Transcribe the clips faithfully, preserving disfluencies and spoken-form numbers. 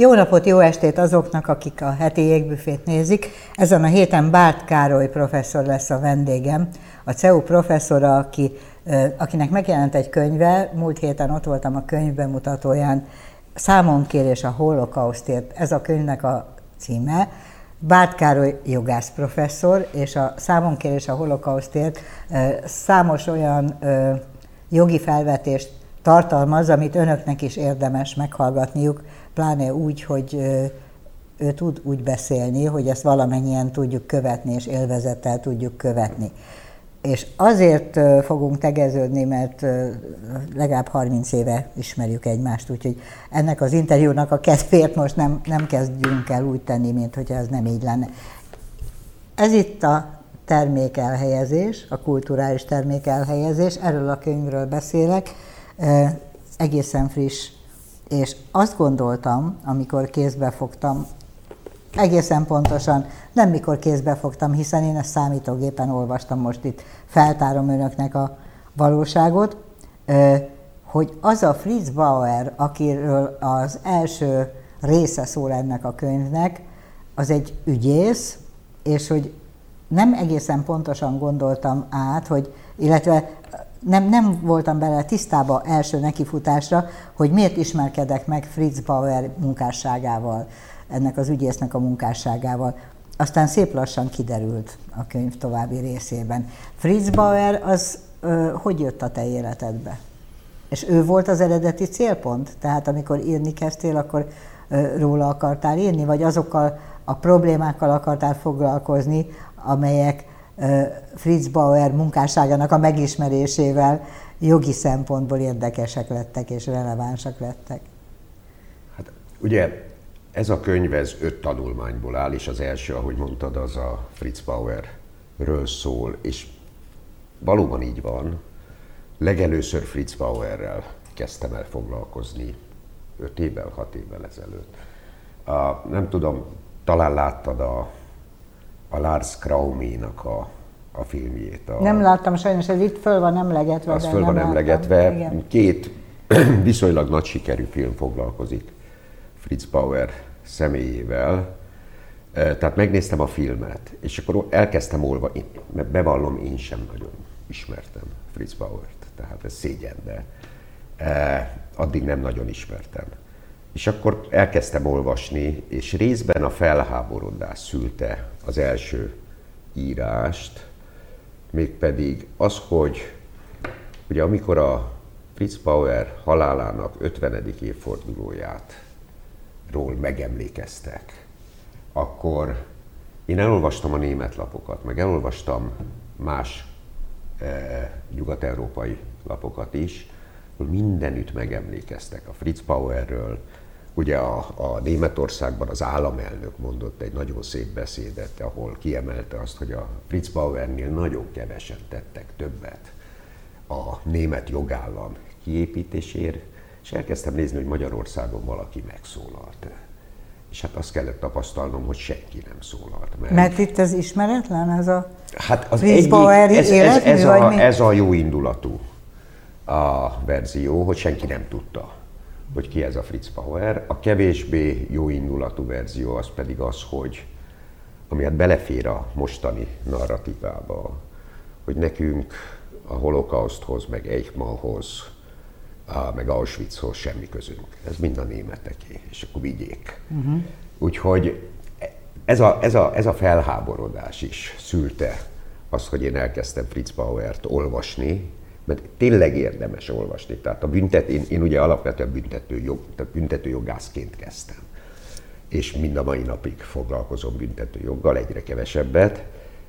Jó napot, jó estét azoknak, akik a heti jégbüfét nézik. Ezen a héten Bárd Károly professzor lesz a vendégem, a cé e u professzora, aki, akinek megjelent egy könyve, múlt héten ott voltam a könyv bemutatóján, Számonkérés a holokausztért, ez a könyvnek a címe. Bárd Károly jogász professzor, és a Számonkérés a holokausztért számos olyan jogi felvetést tartalmaz, amit önöknek is érdemes meghallgatniuk, pláne úgy, hogy ő tud úgy beszélni, hogy ezt valamennyien tudjuk követni, és élvezettel tudjuk követni. És azért fogunk tegeződni, mert legalább harminc éve ismerjük egymást, úgyhogy ennek az interjúnak a kedvéért most nem, nem kezdjünk el úgy tenni, mint hogyha ez nem így lenne. Ez itt a termékelhelyezés, a kulturális termékelhelyezés, erről a könyvről beszélek, egészen friss. És azt gondoltam, amikor kézbe fogtam, egészen pontosan, nem mikor kézbe fogtam, hiszen én ezt számítógépen olvastam, most itt feltárom önöknek a valóságot, hogy az a Fritz Bauer, akiről az első része szól ennek a könyvnek, az egy ügyész, és hogy nem egészen pontosan gondoltam át, hogy, illetve nem, nem voltam bele tisztába első nekifutásra, hogy miért ismerkedek meg Fritz Bauer munkásságával, ennek az ügyésznek a munkásságával. Aztán szép lassan kiderült a könyv további részében. Fritz Bauer az ö, hogy jött a te életedbe? És ő volt az eredeti célpont? Tehát amikor írni kezdtél, akkor ö, róla akartál írni, vagy azokkal a problémákkal akartál foglalkozni, amelyek ö, Fritz Bauer munkásságának a megismerésével jogi szempontból érdekesek lettek és relevánsak lettek? Hát ugye ez a könyv ez öt tanulmányból áll, és az első, ahogy mondtad, az a Fritz Bauerről szól, és valóban így van. Legelőször Fritz Bauerrel kezdtem el foglalkozni öt évvel, hat évvel ezelőtt. A, nem tudom, talán láttad a, a Lars Krauménak a, a filmjét. A, nem láttam, sajnos ez itt föl van emlegetve. Az föl van emlegetve. Két viszonylag nagy sikerű film foglalkozik Fritz Bauer személyével. Tehát megnéztem a filmet, és akkor elkezdtem olvasni, mert bevallom, én sem nagyon ismertem Fritz Bauert, tehát ez szégyen, de addig nem nagyon ismertem. És akkor elkezdtem olvasni, és részben a felháborodás szülte az első írást, mégpedig az, hogy ugye amikor a Fritz Bauer halálának ötvenedik évfordulóját ról megemlékeztek, akkor én elolvastam a német lapokat, meg elolvastam más e, nyugat-európai lapokat is, hogy mindenütt megemlékeztek a Fritz Bauerről. Ugye a, a Németországban az államelnök mondott egy nagyon szép beszédet, ahol kiemelte azt, hogy a Fritz Bauernél nagyon kevesen tettek többet a német jogállam kiépítésért, és elkezdtem nézni, hogy Magyarországon valaki megszólalt. És hát azt kellett tapasztalnom, hogy senki nem szólalt meg. Mert itt ez ismeretlen, ez a hát az Fritz egyik, Bauer ez, életmű, ez, ez, a, mi? ez a jó indulatú a verzió, hogy senki nem tudta, hogy ki ez a Fritz Bauer. A kevésbé jó indulatú verzió az pedig az, hogy ami hát belefér a mostani narratívába, hogy nekünk a holokauszthoz, meg Eichmannhoz, meg Auschwitzhoz semmi közünk. Ez mind a németeké, és akkor vigyék. Uh-huh. Úgyhogy ez a, ez, a, ez a felháborodás is szülte azt, hogy én elkezdtem Fritz Bauert olvasni, mert tényleg érdemes olvasni. Tehát a büntet, én, én ugye alapvetően büntetőjog, tehát büntetőjogászként kezdtem. És mind a mai napig foglalkozom büntetőjoggal, egyre kevesebbet.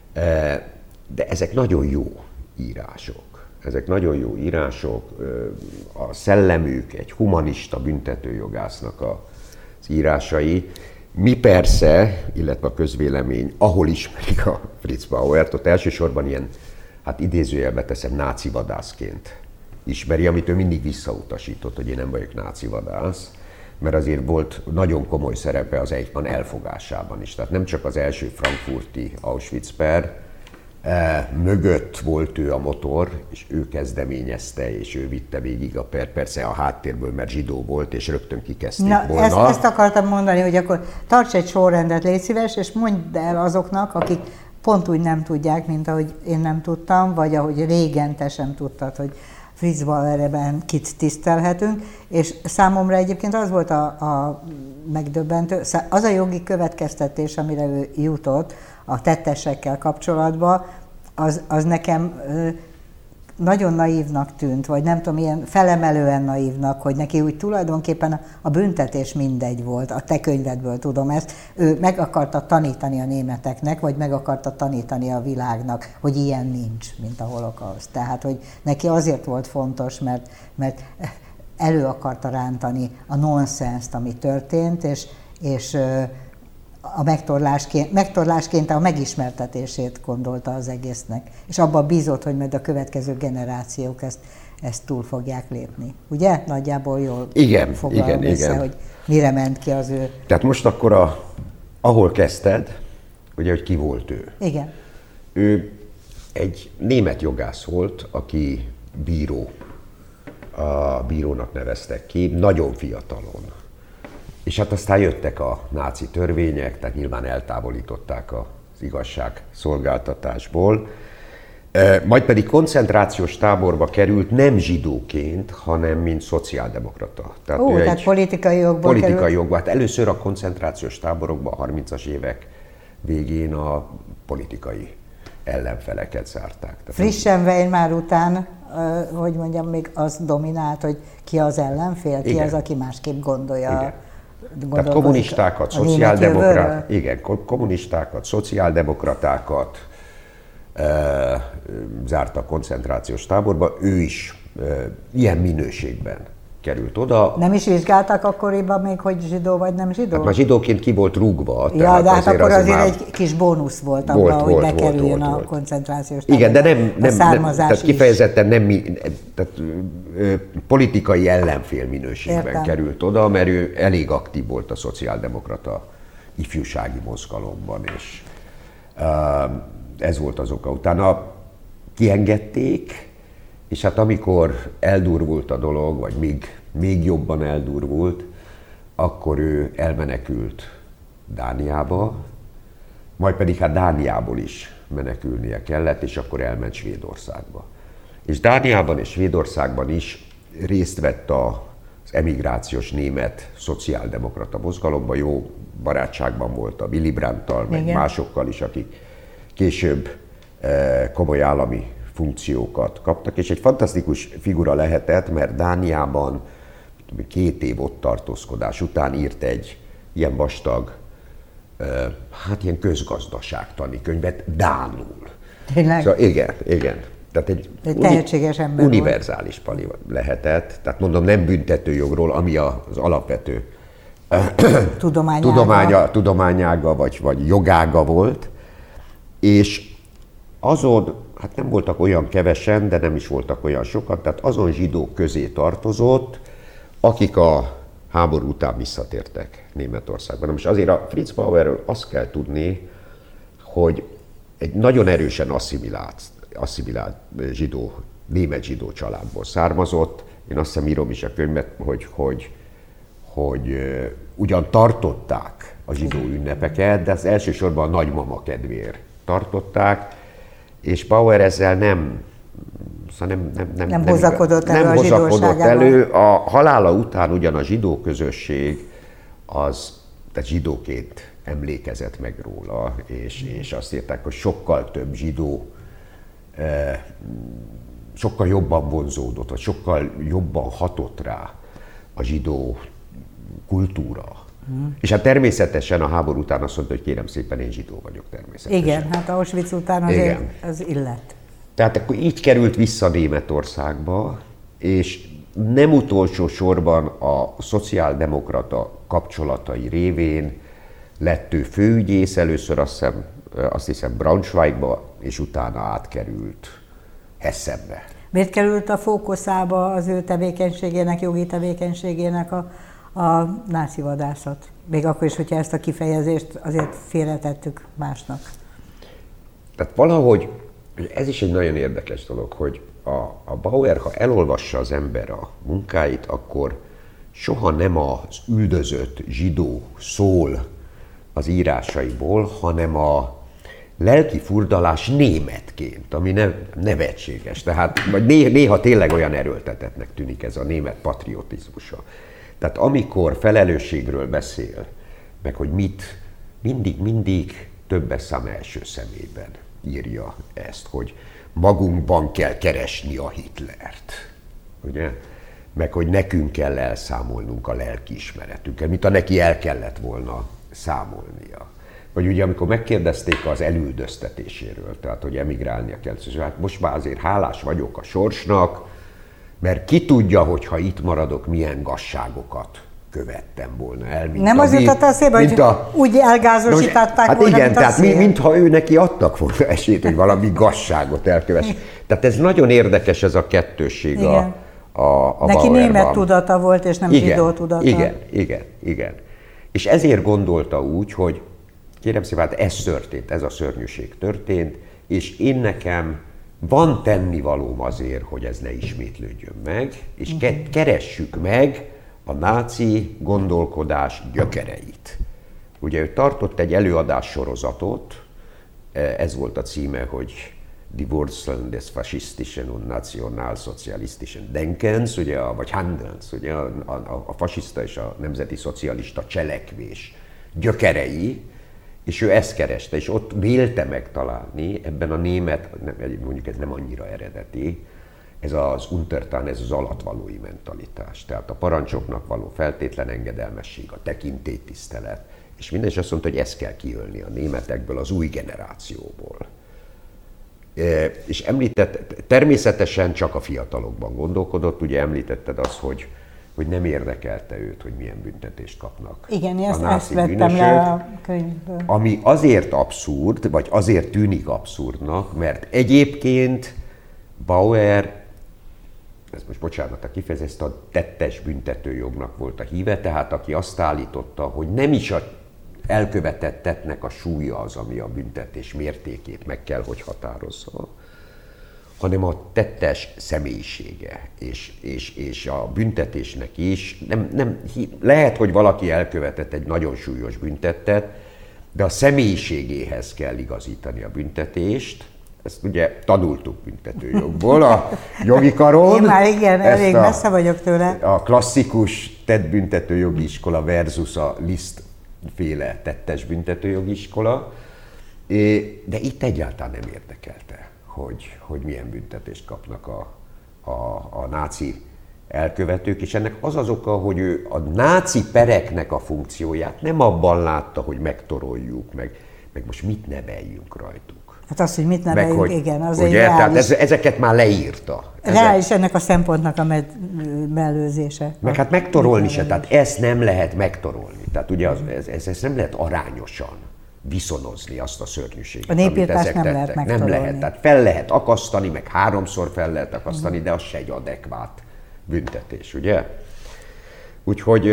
De ezek nagyon jó írások. Ezek nagyon jó írások, a szellemük egy humanista büntetőjogásznak az írásai. Mi persze, illetve a közvélemény, ahol ismerik a Fritz Bauert, ott elsősorban ilyen, hát idézőjelbe teszem, náci vadászként ismeri, amit ő mindig visszautasított, hogy én nem vagyok náci vadász, mert azért volt nagyon komoly szerepe az Eichmann elfogásában is. Tehát nem csak az első frankfurti Auschwitz per, e, mögött volt ő a motor, és ő kezdeményezte, és ő vitte végig a per, persze a háttérből, mert zsidó volt, és rögtön kikezdték Na, volna. Ezt, ezt akartam mondani, hogy akkor tarts egy sorrendet, légy szíves, és mondd el azoknak, akik pont úgy nem tudják, mint ahogy én nem tudtam, vagy ahogy régen te sem tudtad, hogy Fritz Bauerben kit tisztelhetünk, és számomra egyébként az volt a, a megdöbbentő, az a jogi következtetés, amire ő jutott a tettesekkel kapcsolatban, az, az nekem nagyon naívnak tűnt, vagy nem tudom, ilyen felemelően naívnak, hogy neki úgy tulajdonképpen a büntetés mindegy volt, a te könyvedből tudom ezt. Ő meg akarta tanítani a németeknek, vagy meg akarta tanítani a világnak, hogy ilyen nincs, mint a holokauszt. Tehát, hogy neki azért volt fontos, mert, mert elő akarta rántani a nonsenszt, ami történt, és, és a megtorlásként, megtorlásként a megismertetését gondolta az egésznek. És abban bízott, hogy majd a következő generációk ezt, ezt túl fogják lépni. Ugye? Nagyjából jól igen, foglalom igen, össze, igen. hogy mire ment ki az ő... Tehát most akkor, a, ahol kezdted, ugye, hogy ki volt ő. Igen. Ő egy német jogász volt, aki bíró, a bírónak neveztek ki, nagyon fiatalon. És hát aztán jöttek a náci törvények, tehát nyilván eltávolították az igazságszolgáltatásból. Majd pedig koncentrációs táborba került nem zsidóként, hanem mint szociáldemokrata. Tehát, Ó, tehát politikai jogból Politikai került. jogból. Hát először a koncentrációs táborokban a harmincas évek végén a politikai ellenfeleket zárták. Tehát Frissen Weimar után, hogy mondjam, még az dominált, hogy ki az ellenfél, ki igen. az, aki másképp gondolja. Igen. Tehát kommunistákat, szociáldemokratákat, igen, kommunistákat, szociáldemokratákat e, zártak koncentrációs táborba, ő is e, ilyen minőségben került oda. Nem is vizsgálták akkoriban még, hogy zsidó vagy nem zsidó? Hát már zsidóként ki volt rúgva. Ja, de hát azért akkor az azért már... egy kis bónusz volt abban, volt, hogy volt, bekerüljön volt, a volt. koncentrációs táborba. Igen, de nem, nem, nem tehát is. kifejezetten nem, tehát, ö, politikai ellenfél minőségben Értem. került oda, mert ő elég aktív volt a szociáldemokrata ifjúsági mozgalomban, és uh, ez volt az oka. Utána kiengedték, és hát amikor eldurvult a dolog, vagy még, még jobban eldurvult, akkor ő elmenekült Dániába, majd pedig hát Dániából is menekülnie kellett, és akkor elment Svédországba. És Dániában és Svédországban is részt vett az emigrációs német szociáldemokrata mozgalomban, jó barátságban volt a Willy Brandttal, meg igen. másokkal is, akik később komoly állami funkciókat kaptak, és egy fantasztikus figura lehetett, mert Dániában két év ott tartózkodás után írt egy ilyen vastag, hát ilyen közgazdaságtani könyvet dánul. Tényleg? Szóval igen, igen. Tehát egy, egy tehetséges uni- ember univerzális pali lehetett, tehát mondom, nem büntetőjogról, ami az alapvető tudományága, tudománya, tudományága vagy, vagy jogága volt, és azon, hát nem voltak olyan kevesen, de nem is voltak olyan sokan, tehát azon zsidók közé tartozott, akik a háború után visszatértek Németországban. Na most azért a Fritz Bauerről azt kell tudni, hogy egy nagyon erősen asszimilált, asszimilált zsidó, német zsidó családból származott. Én azt hiszem írom is a könyvet, hogy, hogy, hogy ugyan tartották a zsidó ünnepeket, de az elsősorban a nagymama kedvéért tartották, és Bauer ezzel nem, szóval nem, nem, nem, nem hozakodott elő, nem a hozakodott elő. A halála után ugyan a zsidó közösség az, tehát zsidóként emlékezett meg róla, és, és azt írták, hogy sokkal több zsidó eh, sokkal jobban vonzódott, vagy sokkal jobban hatott rá a zsidó kultúra. Hmm. És hát természetesen a háború után azt mondta, hogy kérem szépen, én zsidó vagyok természetesen. Igen, hát Auschwitz után azért az illet. Tehát akkor így került vissza Németországba, és nem utolsó sorban a szociáldemokrata kapcsolatai révén lett ő főügyész, először azt hiszem, azt hiszem Braunschweigba, és utána átkerült Hessenbe. Miért került a fókuszába az ő tevékenységének, jogi tevékenységének a, a náci vadászat? Még akkor is, hogyha ezt a kifejezést azért félretettük másnak. Tehát valahogy Ez is egy nagyon érdekes dolog, hogy a, a Bauer, ha elolvassa az ember a munkáit, akkor soha nem az üldözött zsidó szól az írásaiból, hanem a lelki furdalás németként, ami ne, nevetséges. Tehát vagy néha, néha tényleg olyan erőltetettnek tűnik ez a német patriotizmusa. Tehát amikor felelősségről beszél, meg hogy mit, mindig, mindig többes szám első szemében írja ezt, hogy magunkban kell keresni a Hitlert, ugye? Meg hogy nekünk kell elszámolnunk a lelkiismeretünket, mint ha neki el kellett volna számolnia. Vagy ugye amikor megkérdezték az elüldöztetéséről, tehát hogy emigrálnia kell, és hát most már azért hálás vagyok a sorsnak, mert ki tudja, hogy ha itt maradok, milyen gazságokat követtem volna el. Mint nem a, az jutott eszébe, hogy a, úgy elgázosították hát volna, igen, mint tehát mi, mintha ő neki adtak volna esélyt, hogy valami gazságot elkövess. Tehát ez nagyon érdekes ez a kettősség a, a, a neki Bauerban. Német tudata volt, és nem igen, zsidó tudata. Igen, igen, igen. És ezért gondolta úgy, hogy kérem szépen, hát ez történt, ez a szörnyűség történt, és én nekem van tennivalóm azért, hogy ez ne ismétlődjön meg, és ke- keressük meg a náci gondolkodás gyökereit. Ugye ő tartott egy előadás sorozatot, ez volt a címe, hogy Die Wurzeln des faschistischen und nationalsozialistischen Denkens, ugye, vagy Handelns, ugye, a, a, a fasiszta és a nemzeti szocialista cselekvés gyökerei, és ő ezt kereste, és ott vélte megtalálni ebben a német, mondjuk ez nem annyira eredeti, ez az Untertan, ez az alatvalói mentalitás. Tehát a parancsoknak való feltétlen engedelmesség, a tekintélytisztelet, és minden is azt mondta, hogy ezt kell kiölni a németekből, az új generációból. E, és említett, természetesen csak a fiatalokban gondolkodott, ugye említetted azt, hogy, hogy nem érdekelte őt, hogy milyen büntetést kapnak. Igen, a ezt, náci ezt vettem le a könyvből. Ami azért abszurd, vagy azért tűnik abszurdnak, mert egyébként Bauer, ez most bocsánat a kifejezés, a tettes büntetőjognak volt a híve, tehát aki azt állította, hogy nem is a elkövetett tettnek a súlya az, ami a büntetés mértékét meg kell, hogy határozza, hanem a tettes személyisége, és, és, és a büntetésnek is. Nem, nem, lehet, hogy valaki elkövetett egy nagyon súlyos büntettet, de a személyiségéhez kell igazítani a büntetést. Ezt ugye tanultuk büntetőjogból, a jogi karon. Én már igen, elég a, messze vagyok tőle. A klasszikus tettbüntetőjogi iskola versus a Liszt féle tettes büntetőjogi iskola. De itt egyáltalán nem érdekelte, hogy, hogy milyen büntetést kapnak a, a, a náci elkövetők, és ennek az az oka, hogy ő a náci pereknek a funkcióját nem abban látta, hogy megtoroljuk, meg, meg most mit neveljünk rajtuk. Hát az, hogy mit neveljünk, hogy, igen, az ugye, egy reális. Tehát ez, ezeket már leírta. Reális ennek a szempontnak a mellőzése. Meg hát megtorolni se, tehát ezt nem lehet megtorolni. Tehát ugye az, ez, ez, ez nem lehet arányosan viszonozni azt a szörnyűséget, a népírtást nem tettek. lehet megtorolni. Nem lehet, tehát fel lehet akasztani, meg háromszor fel lehet akasztani, uh-huh. de az se egy adekvát büntetés, ugye? Úgyhogy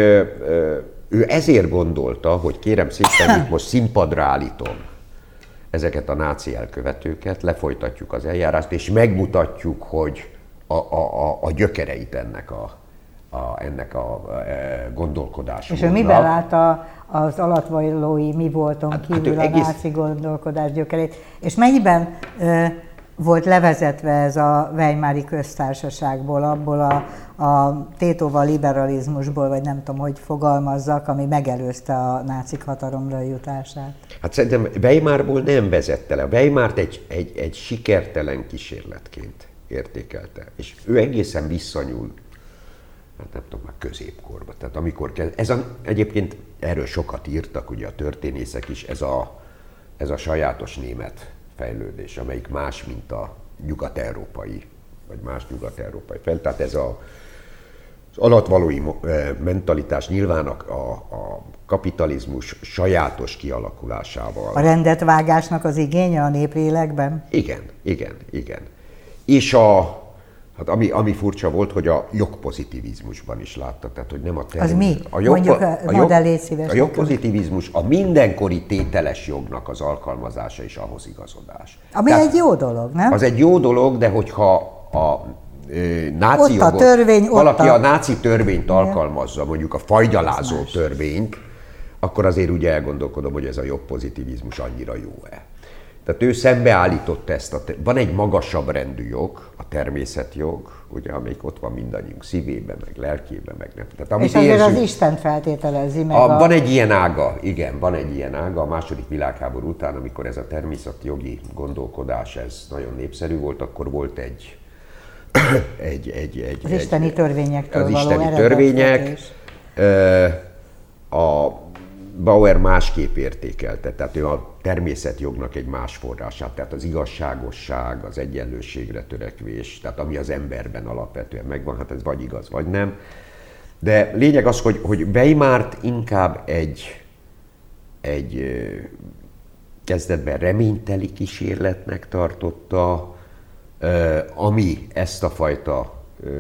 ő ezért gondolta, hogy kérem szépen, itt most színpadra állítom ezeket a náci elkövetőket, lefolytatjuk az eljárást, és megmutatjuk, hogy a, a, a, a gyökereit ennek a, a, ennek a gondolkodásnak. És ő miben látta az alattvalói mi volton hát, kívül hát a egész... náci gondolkodás gyökerét, és mennyiben ö, volt levezetve ez a Weimári köztársaságból, abból a, a tétova liberalizmusból, vagy nem tudom, hogy fogalmazzak, ami megelőzte a nácik hatalomra jutását? Hát szerintem Weimarból nem vezette le. Weimárt egy, egy, egy sikertelen kísérletként értékelte. És ő egészen visszanyúl, hát nem tudom, már középkorba. Tehát amikor kezd, ez a, egyébként erről sokat írtak ugye a történészek is, ez a, ez a sajátos német fejlődés, amelyik más, mint a nyugat-európai, vagy más nyugat-európai fejlődés. Tehát ez a, az alatvalói mentalitás nyilván a, a kapitalizmus sajátos kialakulásával. A rendetvágásnak az igénye a néplélekben? Igen, igen, igen. És a, Hát ami, ami furcsa volt, hogy a jogpozitivizmusban is látta, tehát hogy nem a term... Az mi? A jog, Mondjuk a, a, jog, a jogpozitivizmus a mindenkori tételes jognak az alkalmazása és ahhoz igazodás. Ami tehát egy jó dolog, nem? Az egy jó dolog, de hogyha a ö, náci ott a jogot, törvény, valaki a... a náci törvényt alkalmazza, mondjuk a fajgyalázó törvényt, akkor azért úgy elgondolkodom, hogy ez a jogpozitivizmus annyira jó-e. Tehát ő szembeállította ezt a... Van egy magasabb rendű jog, a természetjog, ugye, amelyik ott van mindannyiunk szívében, meg lelkében, meg nem. Tehát, amit és azért érzünk, az Istent feltételezi meg a, a... Van egy ilyen ága, igen, van egy ilyen ága a második világháború után, amikor ez a természetjogi gondolkodás, ez nagyon népszerű volt, akkor volt egy... egy, egy, egy az egy, isteni törvényektől az való isteni törvények. A Bauer másképp értékelte, tehát ő a természetjognak egy más forrását, tehát az igazságosság, az egyenlőségre törekvés, tehát ami az emberben alapvetően megvan, hát ez vagy igaz, vagy nem. De lényeg az, hogy, hogy Weimart inkább egy, egy kezdetben reményteli kísérletnek tartotta, ami ezt a fajta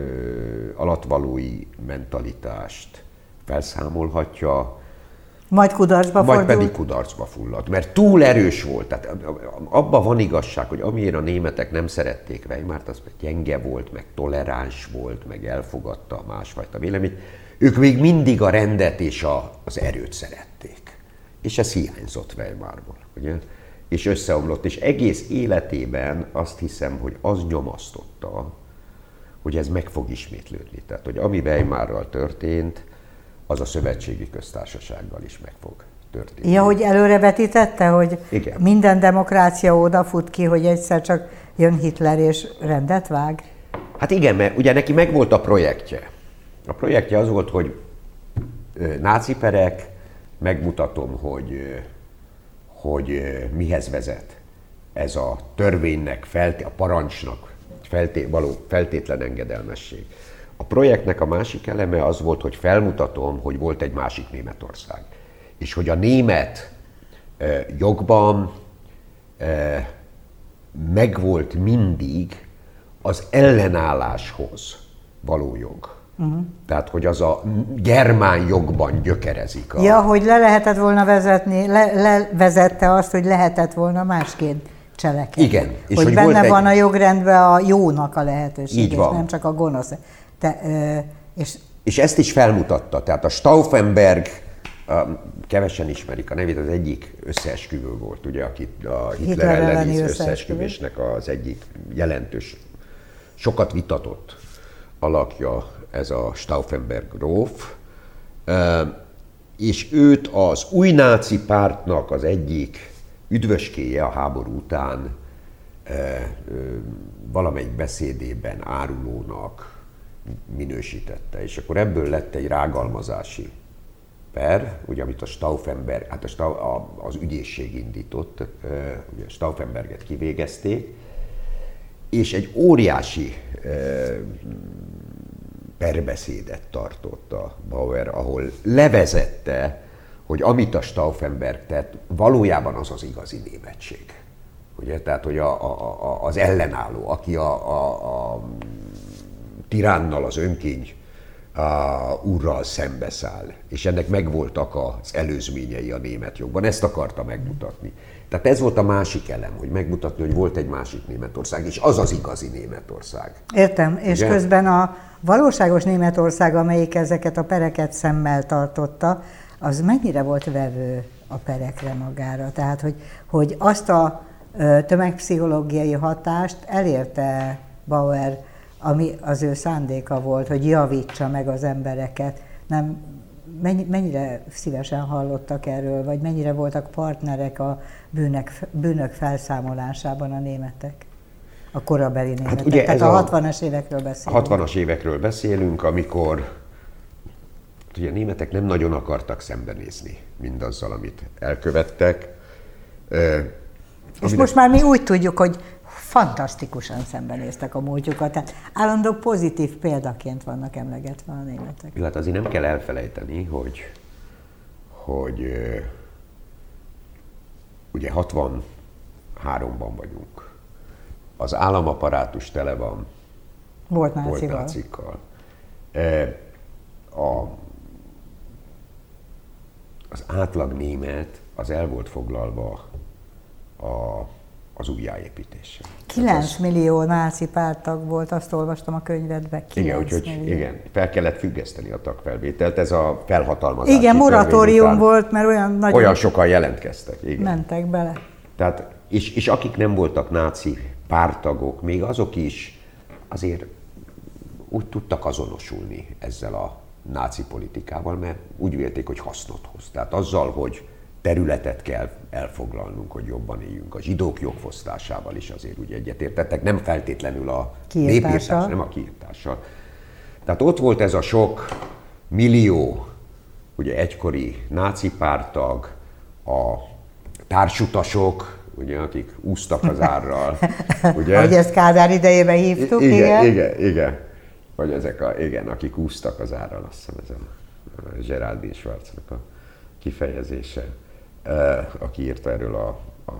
alatvalói mentalitást felszámolhatja, Majd kudarcba Majd fordult. pedig kudarcba fulladt, mert túl erős volt. Tehát abban van igazság, hogy amiért a németek nem szerették Weimart, az gyenge volt, meg toleráns volt, meg elfogadta a másfajta véleményt. Ők még mindig a rendet és a, az erőt szerették. És ez hiányzott Weimarból, ugye? És összeomlott, és egész életében azt hiszem, hogy az nyomasztotta, hogy ez meg fog ismétlődni. Tehát, hogy ami Weimarral történt, az a szövetségi köztársasággal is meg fog történni. Ja, hogy előrevetítette, hogy igen. Minden demokrácia odafut ki, hogy egyszer csak jön Hitler és rendet vág? Hát igen, mert ugye neki megvolt a projektje. A projektje az volt, hogy náci perek, megmutatom, hogy, hogy mihez vezet ez a törvénynek, felté- a parancsnak felté- való feltétlen engedelmesség. A projektnek a másik eleme az volt, hogy felmutatom, hogy volt egy másik Németország. És hogy a német eh, jogban eh, megvolt mindig az ellenálláshoz való jog. Uh-huh. Tehát, hogy az a germán jogban gyökerezik. A... Ja, hogy le lehetett volna vezetni, le, levezette azt, hogy lehetett volna másként cselekedni. Igen. És hogy, hogy benne van egy... a jogrendben a jónak a lehetőség, így van. És nem csak a gonosz. Te, ö, és... és ezt is felmutatta. Tehát a Stauffenberg, a, kevesen ismerik a nevét, az egyik összeesküvő volt, ugye, akit a Hitler, Hitler elleni összeesküvésnek az egyik jelentős, sokat vitatott alakja ez a Stauffenberg gróf, és őt az új náci pártnak az egyik üdvöskéje a háború után valamelyik beszédében árulónak minősítette, és akkor ebből lett egy rágalmazási per, ugye, amit a Stauffenberg, hát a Stau, a, az ügyészség indított, ugye Stauffenberget kivégezték, és egy óriási perbeszédet tartott a Bauer, ahol levezette, hogy amit a Stauffenberg tett, valójában az az igazi németség. Ugye? Tehát, hogy a, a, a, az ellenálló, aki a, a, a tiránnal, az önkény a úrral szembeszáll, és ennek megvoltak az előzményei a német jogban. Ezt akarta megmutatni. Tehát ez volt a másik elem, hogy megmutatni, hogy volt egy másik Németország, és az az igazi Németország. Értem, és ugye? Közben a valóságos Németország, amelyik ezeket a pereket szemmel tartotta, az mennyire volt vevő a perekre magára? Tehát, hogy, hogy azt a tömegpszichológiai hatást elérte Bauer, ami az ő szándéka volt, hogy javítsa meg az embereket. Nem, mennyire szívesen hallottak erről, vagy mennyire voltak partnerek a bűnök, bűnök felszámolásában a németek? A korabeli németek. Hát ugye Tehát a hatvanas évekről beszélünk. A hatvanas évekről beszélünk, amikor ugye a németek nem nagyon akartak szembenézni mindazzal, amit elkövettek. És aminek... most már mi úgy tudjuk, hogy fantasztikusan szembenéztek a múltjukat, tehát állandó pozitív példaként vannak emlegetve a németek. Hát azért nem kell elfelejteni, hogy, hogy ugye hatvanháromban vagyunk. Az államaparátus tele van Volt nácival. Volt nácikkal. E, a, az átlag német az el volt foglalva a, az újjáépítéssel. kilenc millió náci párttag volt, azt olvastam a könyvedbe. Igen, úgyhogy igen, fel kellett függeszteni a tagfelvételt, ez a felhatalmazási igen, moratórium volt, mert olyan nagyon... Olyan sokan jelentkeztek, igen. Mentek bele. Tehát, és, és akik nem voltak náci párttagok, még azok is azért úgy tudtak azonosulni ezzel a náci politikával, mert úgy vélték, hogy hasznot hoz. Tehát azzal, hogy területet kell elfoglalnunk, hogy jobban éljünk. A zsidók jogfosztásával is azért úgy egyetértettek, nem feltétlenül a népírtás, nem a kiirtással. Tehát ott volt ez a sok millió, ugye egykori náci párttag, a társutasok, ugye, akik úsztak az árral. Ugye? Ahogy ezt Kádár idejében hívtuk, igen. Igen, igen, igen. Vagy ezek a, igen, akik úsztak az árral, azt hiszem ez a Geraldine Schwarznak a kifejezése, aki írta erről a, a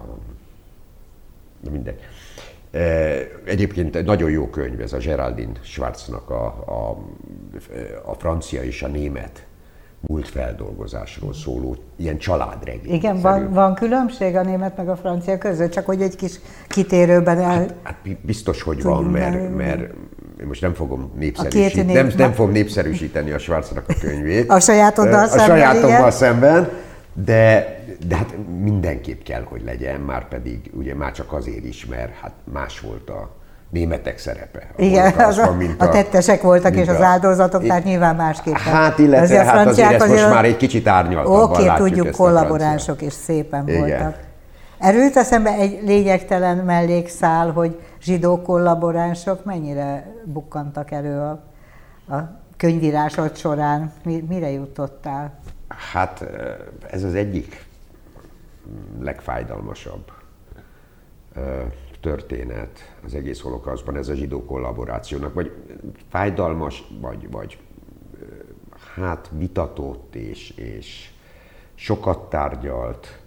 mindegy. Egyébként egy nagyon jó könyv ez a Geraldine Schwarznak a, a, a francia és a német múlt feldolgozásról szóló ilyen családregény. Igen, van, van különbség a német meg a francia között, csak hogy egy kis kitérőben el... Hát, hát biztos, hogy van, mert, mert én most nem fogom népszerűsíteni, nem, nem fogom népszerűsíteni a Schwarznak a könyvét. A sajátoddal a szemben, sajátommal szemben, de, de hát mindenképp kell, hogy legyen, már pedig ugye már csak azért is, mert hát más volt a németek szerepe. A igen, az a, mint a, a tettesek voltak és a, az áldozatok, tehát nyilván másképpen. Hát illetve azért hát azért ezt most már egy kicsit árnyaltabban okay, látjuk. Oké, tudjuk, kollaboránsok is szépen igen. voltak. Erről jut eszembe egy lényegtelen mellékszál, hogy zsidó kollaboránsok mennyire bukkantak elő a, a könyvírásod során? Mire jutottál? Hát ez az egyik legfájdalmasabb történet az egész holokausztban, ez a zsidó kollaborációnak, vagy fájdalmas, vagy, vagy hát vitatott és, és sokat tárgyalt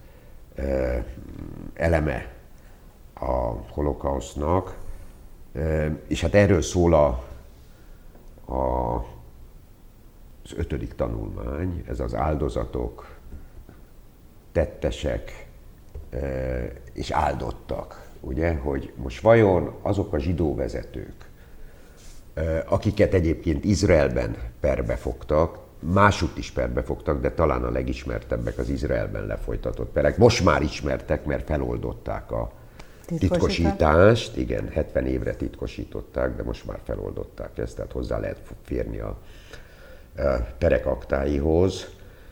eleme a holokausztnak, és hát erről szól a, a, az ötödik tanulmány, ez az áldozatok, tettesek és áldottak, ugye, hogy most vajon azok a zsidó vezetők, akiket egyébként Izraelben perbe fogtak, másutt is perbe fogtak, de talán a legismertebbek az Izraelben lefolytatott perek. Most már ismertek, mert feloldották a titkosítást. Igen, hetven évre titkosították, de most már feloldották ezt, tehát hozzá lehet férni a perek aktáihoz.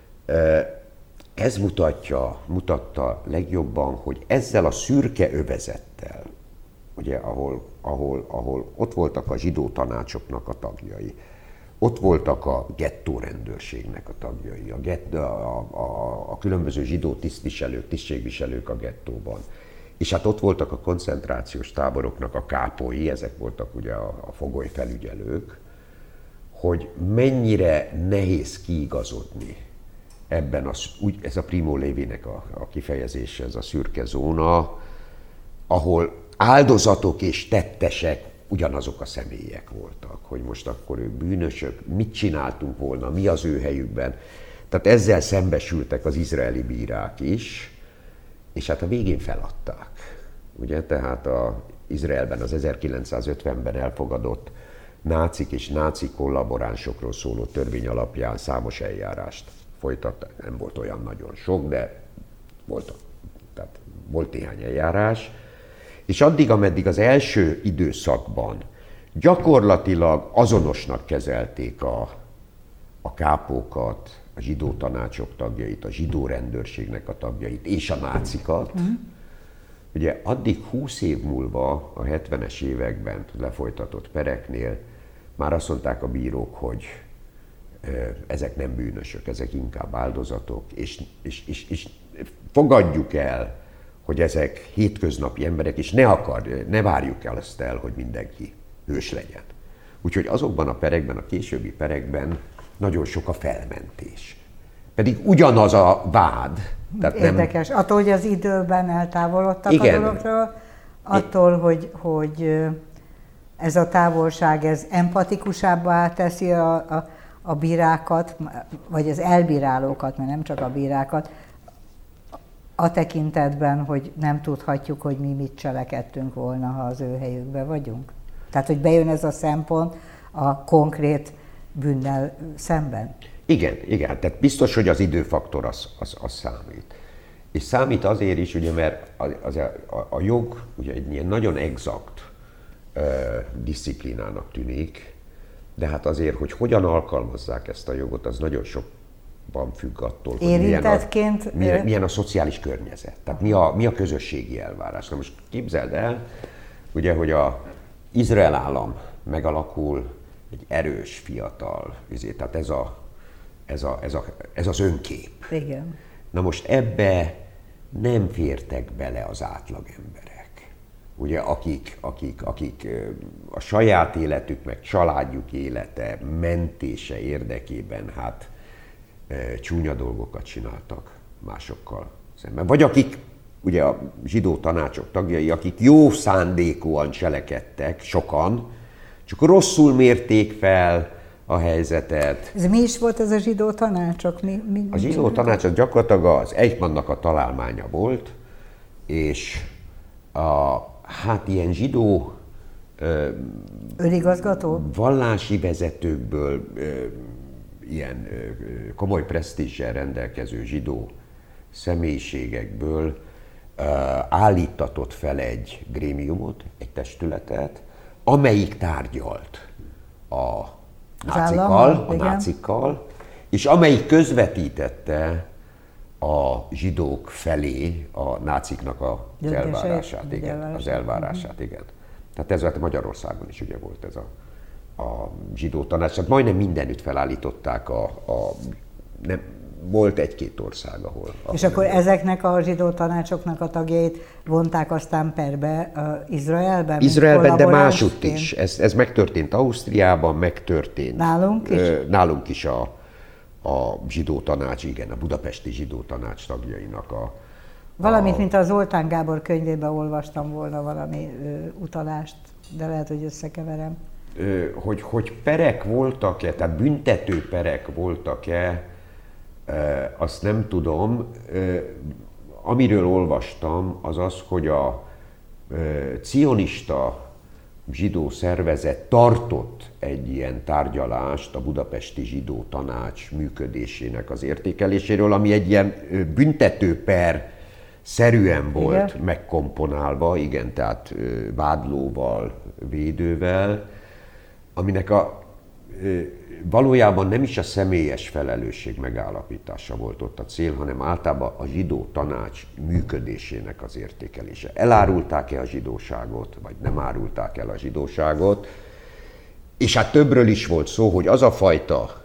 Ez mutatja, mutatta legjobban, hogy ezzel a szürke övezettel, ugye, ahol, ahol, ahol ott voltak a zsidó tanácsoknak a tagjai, ott voltak a gettó rendőrségnek a tagjai, a, gett, a, a, a különböző zsidó tisztviselők, tisztségviselők a gettóban. És hát ott voltak a koncentrációs táboroknak a kápói, ezek voltak ugye a, a fogolyfelügyelők, hogy mennyire nehéz kiigazodni ebben, az, úgy, ez a Primo Levinek a, a kifejezése, ez a szürke zóna, ahol áldozatok és tettesek ugyanazok a személyek voltak, hogy most akkor ők bűnösök, mit csináltunk volna, mi az ő helyükben. Tehát ezzel szembesültek az izraeli bírák is, és hát a végén feladták. Ugye, tehát az Izraelben az ezerkilencszázötvenben elfogadott nácik és náci kollaboránsokról szóló törvény alapján számos eljárást folytattak. Nem volt olyan nagyon sok, de volt, tehát volt néhány eljárás. És addig, ameddig az első időszakban gyakorlatilag azonosnak kezelték a, a kápókat, a zsidó tanácsok tagjait, a zsidó rendőrségnek a tagjait és a nácikat, mm. ugye addig húsz év múlva, a hetvenes években lefolytatott pereknél már azt mondták a bírók, hogy ezek nem bűnösök, ezek inkább áldozatok, és, és, és, és fogadjuk el, hogy ezek hétköznapi emberek, és ne akar, ne várjuk el azt el, hogy mindenki hős legyen. Úgyhogy azokban a perekben, a későbbi perekben nagyon sok a felmentés. Pedig ugyanaz a vád. Tehát érdekes. Nem... Attól, hogy az időben eltávolodtak igen. a dologról, attól, hogy, hogy ez a távolság, ez empatikusabbá teszi a, a, a bírákat, vagy az elbírálókat, mert nem csak a bírákat, a tekintetben, hogy nem tudhatjuk, hogy mi mit cselekedtünk volna, ha az ő helyükben vagyunk? Tehát, hogy bejön ez a szempont a konkrét bűnnel szemben? Igen, igen. Tehát biztos, hogy az időfaktor az, az, az számít. És számít azért is, ugye, mert az, az a, a jog ugye egy ilyen nagyon exakt uh, diszciplinának tűnik, de hát azért, hogy hogyan alkalmazzák ezt a jogot, az nagyon sokban függ attól, hogy milyen a, milyen, milyen a szociális környezet, tehát mi a, mi a közösségi elvárás. Na most képzeld el, ugye, hogy a Izrael állam megalakul egy erős, fiatal, tehát ez, a, ez, a, ez, a, ez az önkép. Igen. Na most ebbe nem fértek bele az átlagemberek, ugye, akik, akik, akik a saját életük, meg családjuk élete mentése érdekében hát csúnya dolgokat csináltak másokkal szemben. Vagy akik, ugye a zsidó tanácsok tagjai, akik jó szándékúan cselekedtek, sokan, csak rosszul mérték fel a helyzetet. Ez mi is volt ez a zsidó tanácsok? Mi, mi, a zsidó tanácsok gyakorlatilag az Eichmannnak a találmánya volt, és a, hát ilyen zsidó önigazgató? Vallási vezetőkből ilyen komoly presztízsel rendelkező zsidó személyiségekből állítatott fel egy grémiumot, egy testületet, amelyik tárgyalt a nácikkal, a nácikkal, és amelyik közvetítette a zsidók felé a náciknak az elvárását, igen, az elvárását, igen. Tehát ez Magyarországon is ugye volt ez a, a zsidó tanács, tehát majdnem mindenütt felállították a, a nem, volt egy-két ország, ahol... ahol és akkor ezeknek a zsidó tanácsoknak a tagjait vonták aztán perbe uh, Izraelben? Izraelben, de másutt is. Ez, ez megtörtént Ausztriában, megtörtént... Nálunk is? Uh, nálunk is a, a zsidó tanács, igen, a budapesti zsidó tanács tagjainak a... Valamit, a... mint a Zoltán Gábor könyvében olvastam volna valami uh, utalást, de lehet, hogy összekeverem. Uh, hogy, hogy perek voltak-e, tehát büntető perek voltak-e, azt nem tudom. Amiről olvastam, az az, hogy a cionista zsidó szervezet tartott egy ilyen tárgyalást a budapesti zsidó tanács működésének az értékeléséről, ami egy ilyen büntetőper szerűen volt, igen, megkomponálva, igen, tehát vádlóval, védővel, aminek a valójában nem is a személyes felelősség megállapítása volt ott a cél, hanem általában a zsidó tanács működésének az értékelése. Elárulták-e a zsidóságot, vagy nem árulták el a zsidóságot? És hát többről is volt szó, hogy az a fajta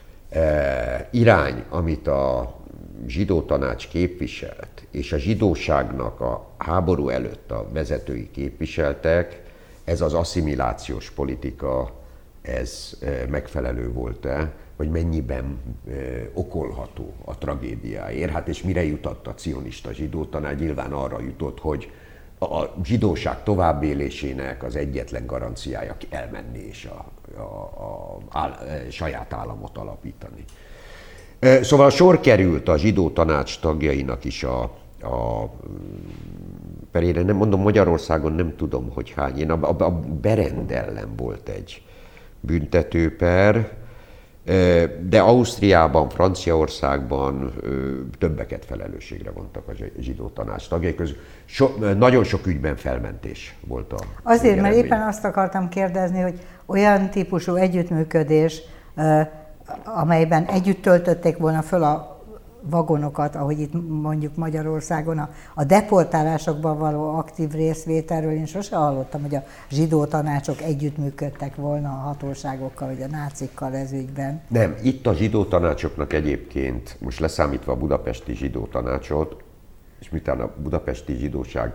e, irány, amit a zsidó tanács képviselt, és a zsidóságnak a háború előtt a vezetői képviseltek, ez az asszimilációs politika, ez megfelelő volt-e, vagy mennyiben okolható a tragédiáért. Hát és mire jutott a cionista zsidó tanács? Nyilván arra jutott, hogy a zsidóság továbbélésének az egyetlen garanciája elmenni és a, a, a, a, a saját államot alapítani. Szóval sor került a zsidó tanács tagjainak is a, a perére, nem mondom Magyarországon, nem tudom, hogy hány. Én a, a, a Berend ellen volt egy büntetőper, de Ausztriában, Franciaországban többeket felelősségre vontak a zsidó tanács tagjai közül. So, nagyon sok ügyben felmentés volt a Azért, mert éppen azt akartam kérdezni, hogy olyan típusú együttműködés, amelyben együtt töltötték volna föl a vagonokat, ahogy itt mondjuk Magyarországon a, a deportálásokban való aktív részvételről én sose hallottam, hogy a zsidó tanácsok együttműködtek volna a hatóságokkal, vagy a nácikkal ez ügyben. Nem, itt a zsidó tanácsoknak egyébként, most leszámítva a budapesti zsidó tanácsot, és miután a budapesti zsidóság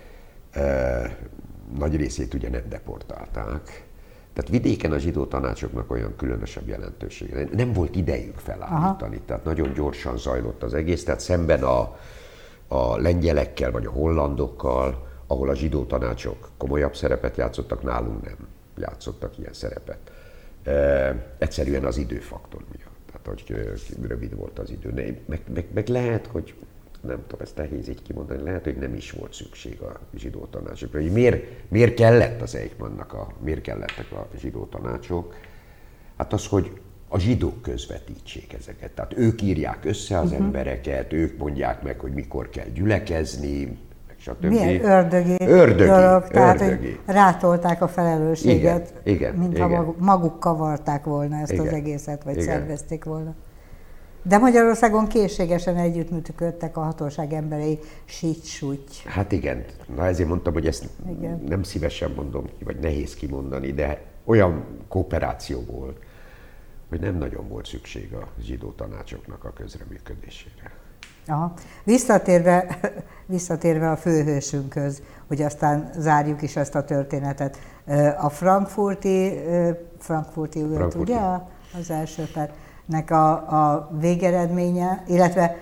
eh, nagy részét ugye nem deportálták, tehát vidéken a zsidó tanácsoknak olyan különösebb jelentősége. Nem volt idejük felállítani, aha, tehát nagyon gyorsan zajlott az egész, tehát szemben a, a lengyelekkel vagy a hollandokkal, ahol a zsidó tanácsok komolyabb szerepet játszottak, nálunk nem. játszottak ilyen szerepet. E, egyszerűen az időfaktor miatt. Tehát, hogy rövid volt az idő. Meg, meg, meg lehet, hogy nem tudom, ezt nehéz így kimondani, lehet, hogy nem is volt szükség a zsidó tanácsokra. Hogy miért, miért kellett az Eichmannnak, a, miért kellettek a zsidó tanácsok? Hát az, hogy a zsidók közvetítsék ezeket. Tehát ők írják össze az uh-huh. embereket, ők mondják meg, hogy mikor kell gyülekezni, stb. Milyen ördögi, ördögi dolog, tehát ördögi. Rátolták a felelősséget, igen, igen, mintha igen. maguk, maguk kavarták volna ezt igen, az egészet, vagy igen. szervezték volna. De Magyarországon készségesen együttműködtek a hatóság emberei, síty-súty. Hát igen, na ezért mondtam, hogy ezt igen. nem szívesen mondom ki, vagy nehéz kimondani, de olyan kooperáció volt, hogy nem nagyon volt szükség a zsidó tanácsoknak a közreműködésére. Aha. Visszatérve, visszatérve a főhősünkhöz, hogy aztán zárjuk is ezt a történetet. A frankfurti, frankfurti, frankfurti. ugye az első pernek a, a végeredménye, illetve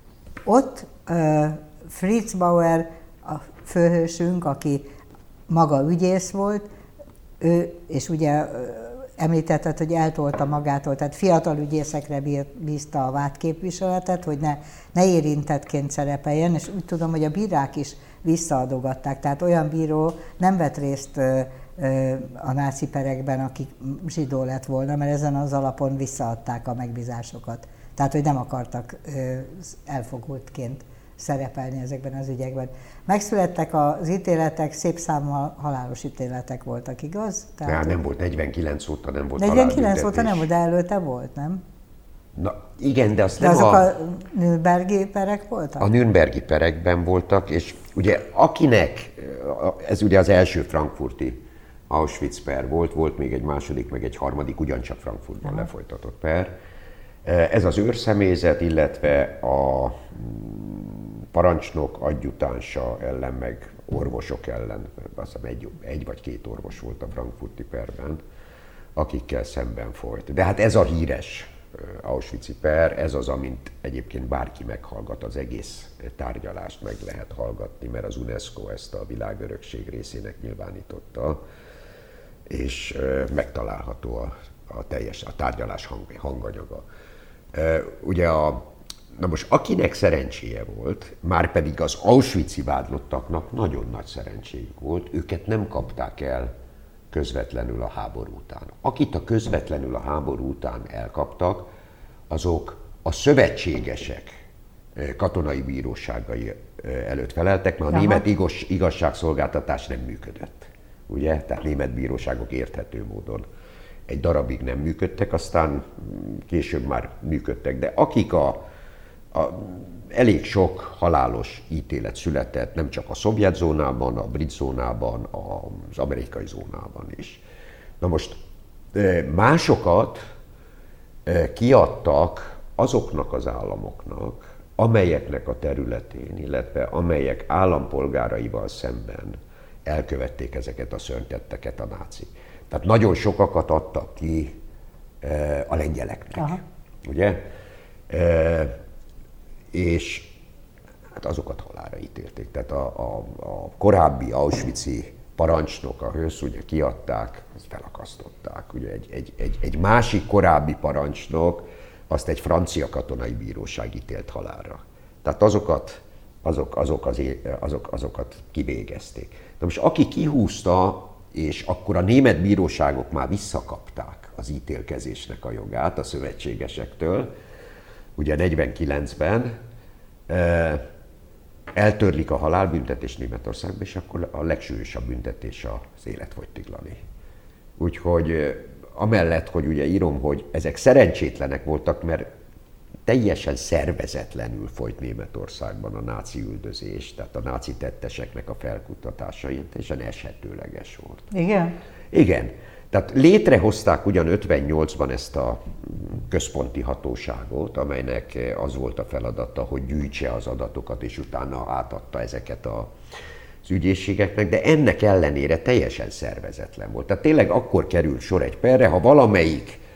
ott Fritz Bauer, a főhősünk, aki maga ügyész volt, ő, és ugye említetted, hogy eltolta magától, tehát fiatal ügyészekre bízta a vádképviseletet, hogy ne, ne érintettként szerepeljen, és úgy tudom, hogy a bírák is visszaadogatták, tehát olyan bíró nem vett részt ö, ö, a náci perekben, aki zsidó lett volna, mert ezen az alapon visszaadták a megbízásokat. Tehát, hogy nem akartak ö, elfogultként szerepelni ezekben az ügyekben. Megszülettek az ítéletek, szép számmal halálos ítéletek voltak, igaz? Tehát, de nem volt, negyvenkilenc óta nem volt negyvenkilenc óta nem volt, de előtte volt, nem? Na igen, de azt de nem azok a... a Nürnbergi perek voltak? A Nürnbergi perekben voltak, és ugye akinek, ez ugye az első frankfurti Auschwitz per volt, volt még egy második, meg egy harmadik, ugyancsak Frankfurtban Aha. lefolytatott per. Ez az őrszemélyzet, illetve a parancsnok adjutánsa ellen, meg orvosok ellen, azt hiszem egy, egy vagy két orvos volt a frankfurti perben, akikkel szemben folyt. De hát ez a híres Auschwitz-i per, ez az, amint egyébként bárki meghallgat, az egész tárgyalást meg lehet hallgatni, mert az UNESCO ezt a világörökség részének nyilvánította, és megtalálható a, a teljes a tárgyalás hang, hanganyaga. Ugye a Na most akinek szerencséje volt, már pedig az Auschwitz-i vádlottaknak nagyon nagy szerencséjük volt, őket nem kapták el közvetlenül a háború után. Akit a közvetlenül a háború után elkaptak, azok a szövetségesek katonai bíróságai előtt feleltek, mert a Aha. német igaz, igazságszolgáltatás nem működött. Ugye? Tehát német bíróságok érthető módon egy darabig nem működtek, aztán később már működtek. De akik a A, elég sok halálos ítélet született, nem csak a szovjet zónában, a brit zónában, az amerikai zónában is. Na most másokat kiadtak azoknak az államoknak, amelyeknek a területén, illetve amelyek állampolgáraival szemben elkövették ezeket a szörnytetteket a nácik. Tehát nagyon sokakat adtak ki a lengyeleknek, Aha. ugye? És hát azokat halálra ítélték. Tehát a, a, a korábbi auschwitz-i parancsnok, a hősz, ugye kiadták, azt felakasztották. Ugye egy, egy, egy, egy másik korábbi parancsnok, azt egy francia katonai bíróság ítélt halálra. Tehát azokat, azok, azok az, azok, azokat kivégezték. De most aki kihúzta, és akkor a német bíróságok már visszakapták az ítélkezésnek a jogát a szövetségesektől, ugye negyvenkilencben eltörlik a halálbüntetés Németországban, és akkor a legsúlyosabb büntetés az életfogytiglani. Úgyhogy amellett, hogy ugye írom, hogy ezek szerencsétlenek voltak, mert teljesen szervezetlenül folyt Németországban a náci üldözés, tehát a náci tetteseknek a felkutatása teljesen eshetőleges volt. Igen? Igen. Tehát létrehozták ugyan ötvennyolcban ezt a központi hatóságot, amelynek az volt a feladata, hogy gyűjtse az adatokat, és utána átadta ezeket az ügyészségeknek, de ennek ellenére teljesen szervezetlen volt. Tehát tényleg akkor került sor egy perre, ha valamelyik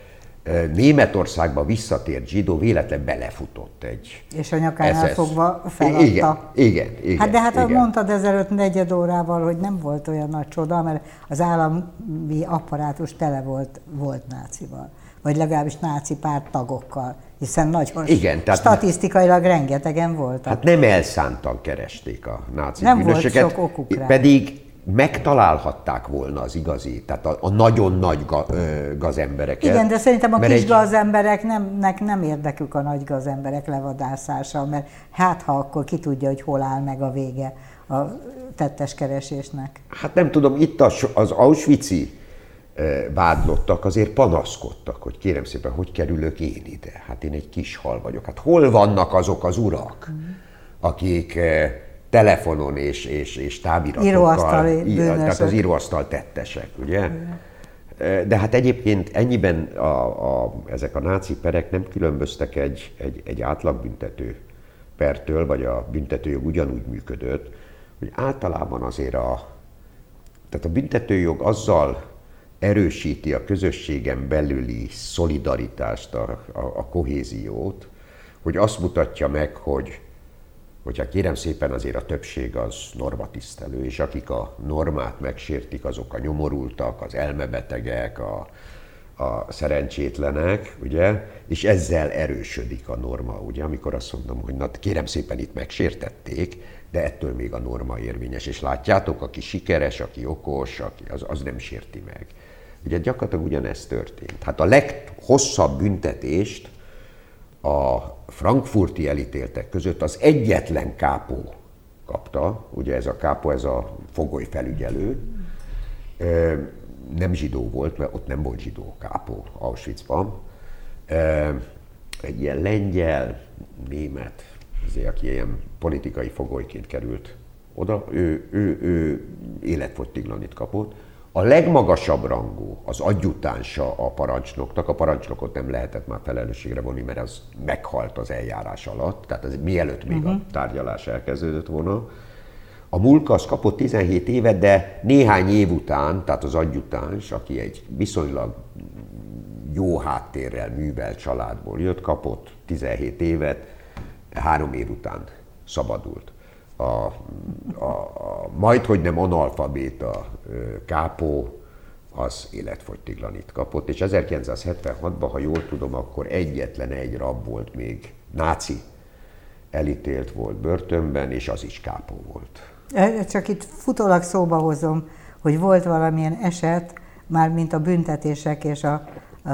Németországba visszatért zsidó véletlen belefutott egy... És a nyakánál es es fogva feladta. Igen, igen, igen. Hát de hát igen. mondtad ezelőtt negyed órával, hogy nem volt olyan nagy csoda, mert az állami apparátus tele volt, volt nácival. Vagy legalábbis náci párttagokkal, hiszen nagyon igen, tehát statisztikailag rengetegen voltak. Hát nem elszántan keresték a náci nem bűnösöket, volt sok okuk rá. Pedig megtalálhatták volna az igazi, tehát a, a nagyon nagy ga, ö, gazembereket. Igen, de szerintem a kis egy... gazembereknek nem érdekük a nagy gazemberek levadászása, mert hát ha akkor ki tudja, hogy hol áll meg a vége a tettes keresésnek. Hát nem tudom, itt az, az auschwitzi vádlottak azért panaszkodtak, hogy kérem szépen, hogy kerülök én ide? Hát én egy kis hal vagyok. Hát hol vannak azok az urak, mm. akik telefonon és, és, és táviratokkal, tehát az íróasztal tettesek, ugye? Mm. De hát egyébként ennyiben a, a, ezek a náci perek nem különböztek egy, egy, egy átlagbüntető pertől, vagy a büntetőjog ugyanúgy működött, hogy általában azért a, tehát a büntetőjog azzal erősíti a közösségen belüli szolidaritást, a, a, a kohéziót, hogy azt mutatja meg, hogy hogyha kérem szépen azért a többség az normatisztelő, és akik a normát megsértik, azok a nyomorultak, az elmebetegek, a, a szerencsétlenek, ugye, és ezzel erősödik a norma, ugye, amikor azt mondom, hogy na kérem szépen itt megsértették, de ettől még a norma érvényes, és látjátok, aki sikeres, aki okos, aki, az, az nem sérti meg. Ugye gyakorlatilag ugyanezt történt. Hát a leghosszabb büntetést a frankfurti elítéltek között az egyetlen kápó kapta, ugye ez a kápó, ez a fogolyfelügyelő, nem zsidó volt, mert ott nem volt zsidó kápó Auschwitzban. Egy ilyen lengyel, német, azért, aki ilyen politikai fogolyként került oda, ő, ő, ő életfogytiglanit kapott. A legmagasabb rangú, az adjutánsa a parancsnoknak, a parancsnokot nem lehetett már felelősségre vonni, mert az meghalt az eljárás alatt, tehát ez mielőtt még uh-huh. a tárgyalás elkezdődött volna. A Mulkas kapott tizenhét évet, de néhány év után, tehát az adjutáns, aki egy viszonylag jó háttérrel művelt családból jött, kapott tizenhét évet, három év után szabadult. A, a, a majdhogy nem analfabéta kápó az életfogytiglanit kapott, és ezerkilencszázhetvenhatban, ha jól tudom, akkor egyetlen egy rab volt még, náci elítélt volt börtönben, és az is kápó volt. Csak itt futólag szóba hozom, hogy volt valamilyen eset, már mint a büntetések és a, a,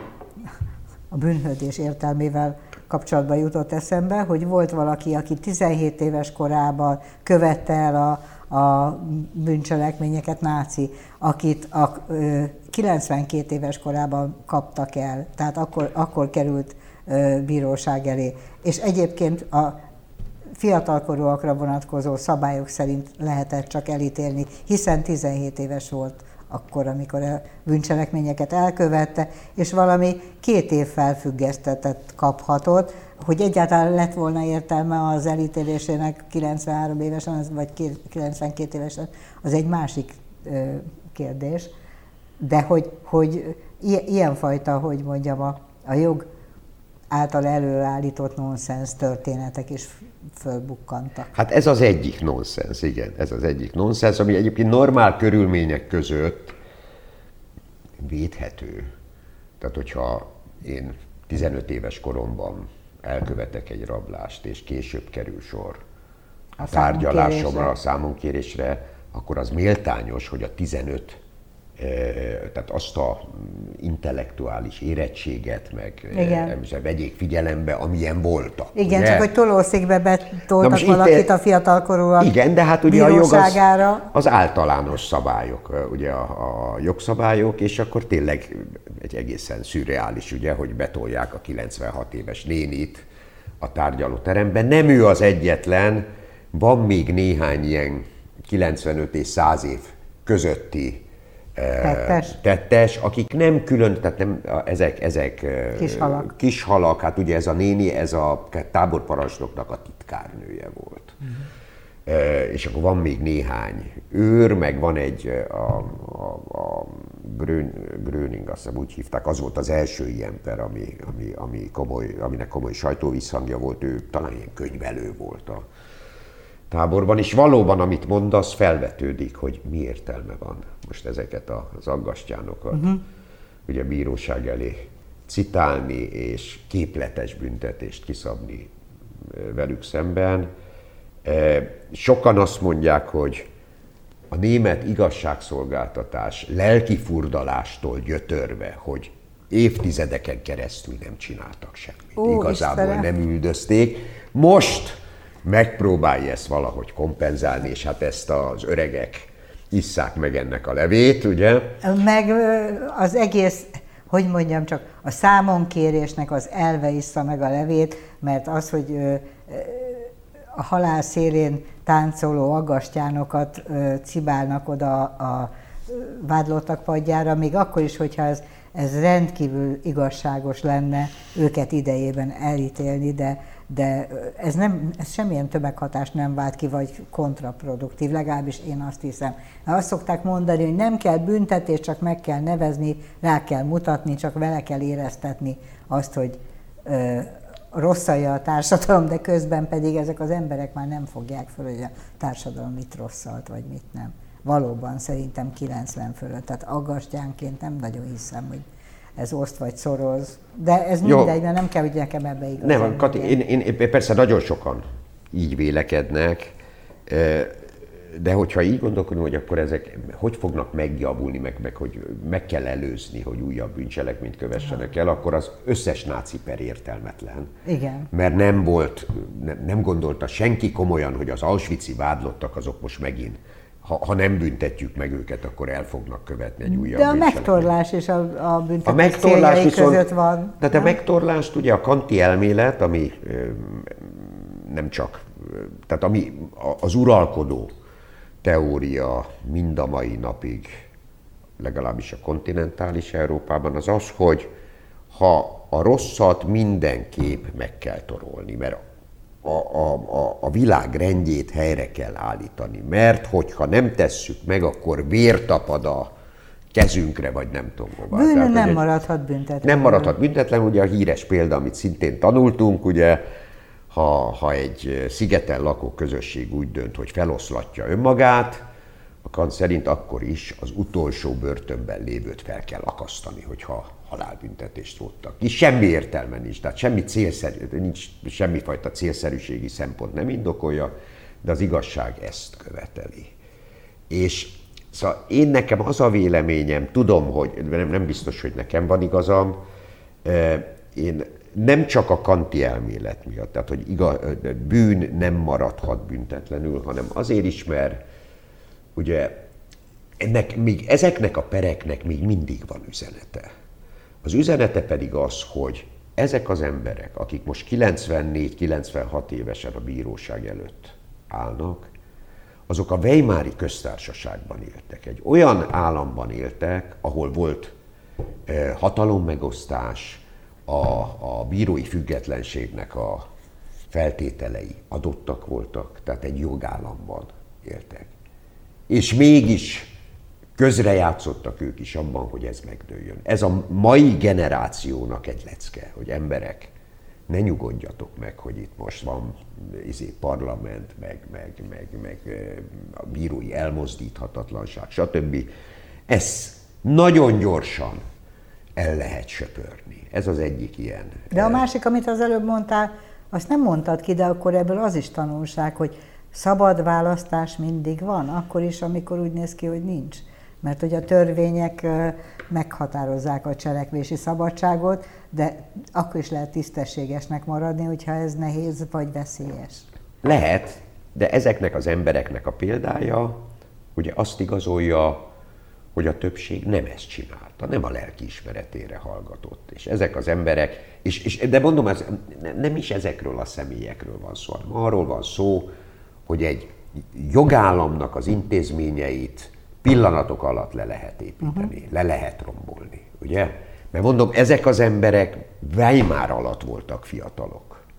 a bűnhődés értelmével kapcsolatban jutott eszembe, hogy volt valaki, aki tizenhét éves korában követte el a, a bűncselekményeket, náci, akit a ö, kilencvenkét éves korában kaptak el, tehát akkor, akkor került ö, bíróság elé. És egyébként a fiatalkorúakra vonatkozó szabályok szerint lehetett csak elítélni, hiszen tizenhét éves volt akkor, amikor a bűncselekményeket elkövette, és valami két év felfüggesztetet kaphatott, hogy egyáltalán lett volna értelme az elítélésének kilencvenhárom évesen, vagy kilencvenkét évesen, az egy másik kérdés. De hogy, hogy ilyenfajta, hogy mondjam, a, a jog által előállított nonsens történetek is fölbukkantak. Hát ez az egyik nonsens, igen, ez az egyik nonsens, ami egyébként normál körülmények között védhető. Tehát, hogyha én tizenöt éves koromban elkövetek egy rablást, és később kerül sor a, a tárgyalásomra, a számonkérésre, akkor az méltányos, hogy a tizenöt, tehát azt a intellektuális érettséget, meg igen. vegyék figyelembe, amilyen voltak. Igen, ugye? Csak hogy tolószékbe betoltak valakit itt, a fiatalkorúak igen, de hát ugye a jog az, az általános szabályok, ugye a, a jogszabályok, és akkor tényleg egy egészen szürreális, ugye, hogy betolják a kilencvenhat éves nénit a tárgyalóteremben. Nem ő az egyetlen, van még néhány ilyen kilencvenöt és száz év közötti Tettes. tettes, akik nem külön, tehát nem, ezek, ezek kishalak. kishalak, hát ugye ez a néni, ez a táborparancsnoknak a titkárnője volt. Uh-huh. És akkor van még néhány őr, meg van egy a, a, a Gröning, azt hiszem úgy hívták, az volt az első ilyen per, ami, ami, ami komoly, aminek komoly sajtóvisszhangja volt, ő talán ilyen könyvelő volt a táborban, és valóban, amit mondasz, felvetődik, hogy mi értelme van most ezeket az aggastyánokat, uh-huh. ugye bíróság elé citálni és képletes büntetést kiszabni velük szemben. Sokan azt mondják, hogy a német igazságszolgáltatás lelki furdalástól gyötörve, hogy évtizedeken keresztül nem csináltak semmit. Ó, igazából Istenem. Nem üldözték. Most megpróbálja ezt valahogy kompenzálni, és hát ezt az öregek isszák meg ennek a levét, ugye? Meg az egész, hogy mondjam csak, a számonkérésnek az elve issza meg a levét, mert az, hogy a halál szélén táncoló aggastyánokat cibálnak oda a vádlottak padjára, még akkor is, hogyha ez, ez rendkívül igazságos lenne őket idejében elítélni, de, de ez, nem, ez semmilyen tömeghatást nem vált ki, vagy kontraproduktív, legalábbis én azt hiszem. Azt szokták mondani, hogy nem kell büntetés, csak meg kell nevezni, rá kell mutatni, csak vele kell éreztetni azt, hogy ö, rosszalja a társadalom, de közben pedig ezek az emberek már nem fogják föl, hogy a társadalom mit rosszalt, vagy mit nem. Valóban szerintem kilencven fölött, tehát aggastyánként nem nagyon hiszem, hogy ez oszt vagy szoroz, de ez Jó. mindegy, mert nem kell, hogy nekem ebbe igaz. Nem, Kati, én, én, én persze nagyon sokan így vélekednek, de hogyha így gondolkodunk, hogy akkor ezek hogy fognak megjavulni, meg, meg hogy meg kell előzni, hogy újabb bűncselekményt kövessenek el, akkor az összes náci per értelmetlen. Igen. Mert nem volt, nem gondolta senki komolyan, hogy az auschwitzi vádlottak azok most megint, ha, ha nem büntetjük meg őket, akkor el fognak követni egy újabb De a megtorlás és a, a büntetés céljai között van. Tehát a megtorlást ugye a kanti elmélet, ami nem csak, tehát ami az uralkodó teória mind a mai napig, legalábbis a kontinentális Európában, az az, hogy ha a rosszat mindenképp meg kell torolni, mert a, a, a, a világ rendjét helyre kell állítani, mert hogyha nem tesszük meg, akkor vér tapad a kezünkre, vagy nem tudom hová. Bűn Tehát, nem ugye, maradhat büntetlen. Nem maradhat büntetlen, ugye a híres példa, amit szintén tanultunk, ugye, Ha, ha egy szigeten lakó közösség úgy dönt, hogy feloszlatja önmagát, a Kant szerint akkor is az utolsó börtönben lévőt fel kell akasztani, hogyha halálbüntetést róttak ki. Semmi értelme nincs, tehát semmi célszerű, nincs semmifajta célszerűségi szempont nem indokolja, de az igazság ezt követeli. És szóval én nekem az a véleményem, tudom, hogy nem, nem biztos, hogy nekem van igazam, én nem csak a kanti elmélet miatt, tehát hogy igaz, bűn nem maradhat büntetlenül, hanem azért is, mert ugye ennek, még ezeknek a pereknek még mindig van üzenete. Az üzenete pedig az, hogy ezek az emberek, akik most kilencvennégy-kilencvenhat évesen a bíróság előtt állnak, azok a Weimari köztársaságban éltek. Egy olyan államban éltek, ahol volt eh, hatalommegosztás, A, a bírói függetlenségnek a feltételei adottak voltak, tehát egy jogállamban éltek. És mégis közrejátszottak ők is abban, hogy ez megdőljön. Ez a mai generációnak egy lecke, hogy emberek, ne nyugodjatok meg, hogy itt most van izé, parlament, meg, meg, meg, meg a bírói elmozdíthatatlanság, stb. Ez nagyon gyorsan el lehet söpörni. Ez az egyik ilyen. De a másik, amit az előbb mondtál, azt nem mondtad ki, de akkor ebből az is tanulság, hogy szabad választás mindig van, akkor is, amikor úgy néz ki, hogy nincs. Mert hogy a törvények meghatározzák a cselekvési szabadságot, de akkor is lehet tisztességesnek maradni, hogyha ez nehéz vagy veszélyes. Lehet, de ezeknek az embereknek a példája ugye azt igazolja, hogy a többség nem ezt csinálta, nem a lelkiismeretére hallgatott. És ezek az emberek, és, és, de mondom, ez, nem is ezekről a személyekről van szó, hanem arról van szó, hogy egy jogállamnak az intézményeit pillanatok alatt le lehet építeni, uh-huh. le lehet rombolni, ugye? Mert mondom, ezek az emberek Weimar alatt voltak fiatalok.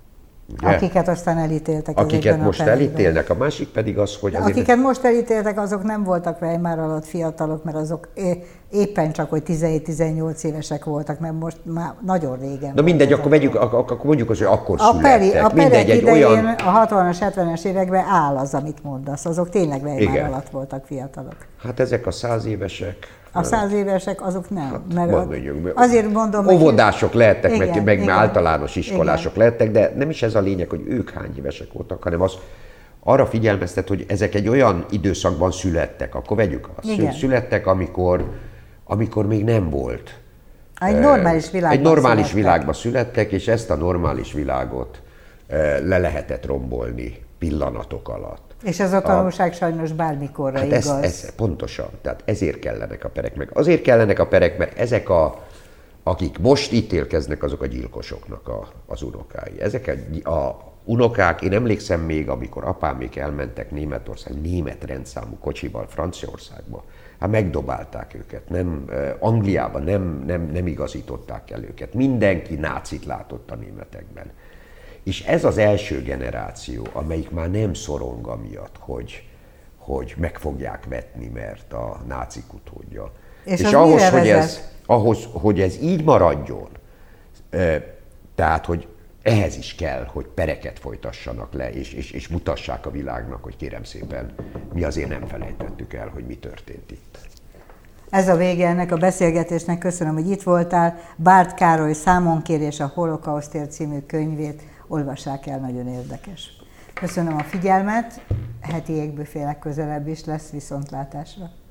Ugye? Akiket aztán elítéltek. Akiket most a elítélnek, a másik pedig az, hogy... Azért akiket most elítéltek, azok nem voltak Weimar alatt fiatalok, mert azok éppen csak, hogy tizenhét-tizennyolc évesek voltak, mert most már nagyon régen. Na mindegy, akkor, vegyük, akkor mondjuk az, hogy akkor a születtek. Peri, a mindegy, egy idején, olyan... a hatvanas, hetvenes években áll az, amit mondasz. Azok tényleg Weimar Igen. alatt voltak fiatalok. Hát ezek a száz évesek... A száz évesek azok nem. Hát, mert mondjuk, azért mondom, óvodások hogy... lehettek, igen, meg, meg igen, már általános iskolások igen. lehettek, de nem is ez a lényeg, hogy ők hány évesek voltak, hanem az arra figyelmeztet, hogy ezek egy olyan időszakban születtek, akkor vegyük azt, igen. születtek, amikor, amikor még nem volt. Egy normális világban Egy normális születtek. világban születtek, és ezt a normális világot le lehetett rombolni pillanatok alatt. És ez a tanulság a, sajnos bármikorra hát igaz. Ez, ez pontosan, tehát ezért kellenek a perek, meg azért kellenek a perek, mert ezek a, akik most ítélkeznek, azok a gyilkosoknak a, az unokái. Ezek a, a unokák, én emlékszem még, amikor apámék elmentek Németország, német rendszámú kocsival Franciaországba, hát megdobálták őket, nem, Angliában nem, nem, nem igazították el őket. Mindenki nácit látott a németekben. És ez az első generáció, amelyik már nem szorong amiatt, hogy, hogy meg fogják vetni, mert a nácik utódja. És, és ahhoz, hogy ez, ahhoz, hogy ez így maradjon, tehát, hogy ehhez is kell, hogy pereket folytassanak le, és, és, és mutassák a világnak, hogy kérem szépen, mi azért nem felejtettük el, hogy mi történt itt. Ez a vége ennek a beszélgetésnek, köszönöm, hogy itt voltál. Bárd Károly Számonkérés a Holokausztért című könyvét olvassák el, nagyon érdekes. Köszönöm a figyelmet, heti égbüfé legközelebb is lesz, viszontlátásra.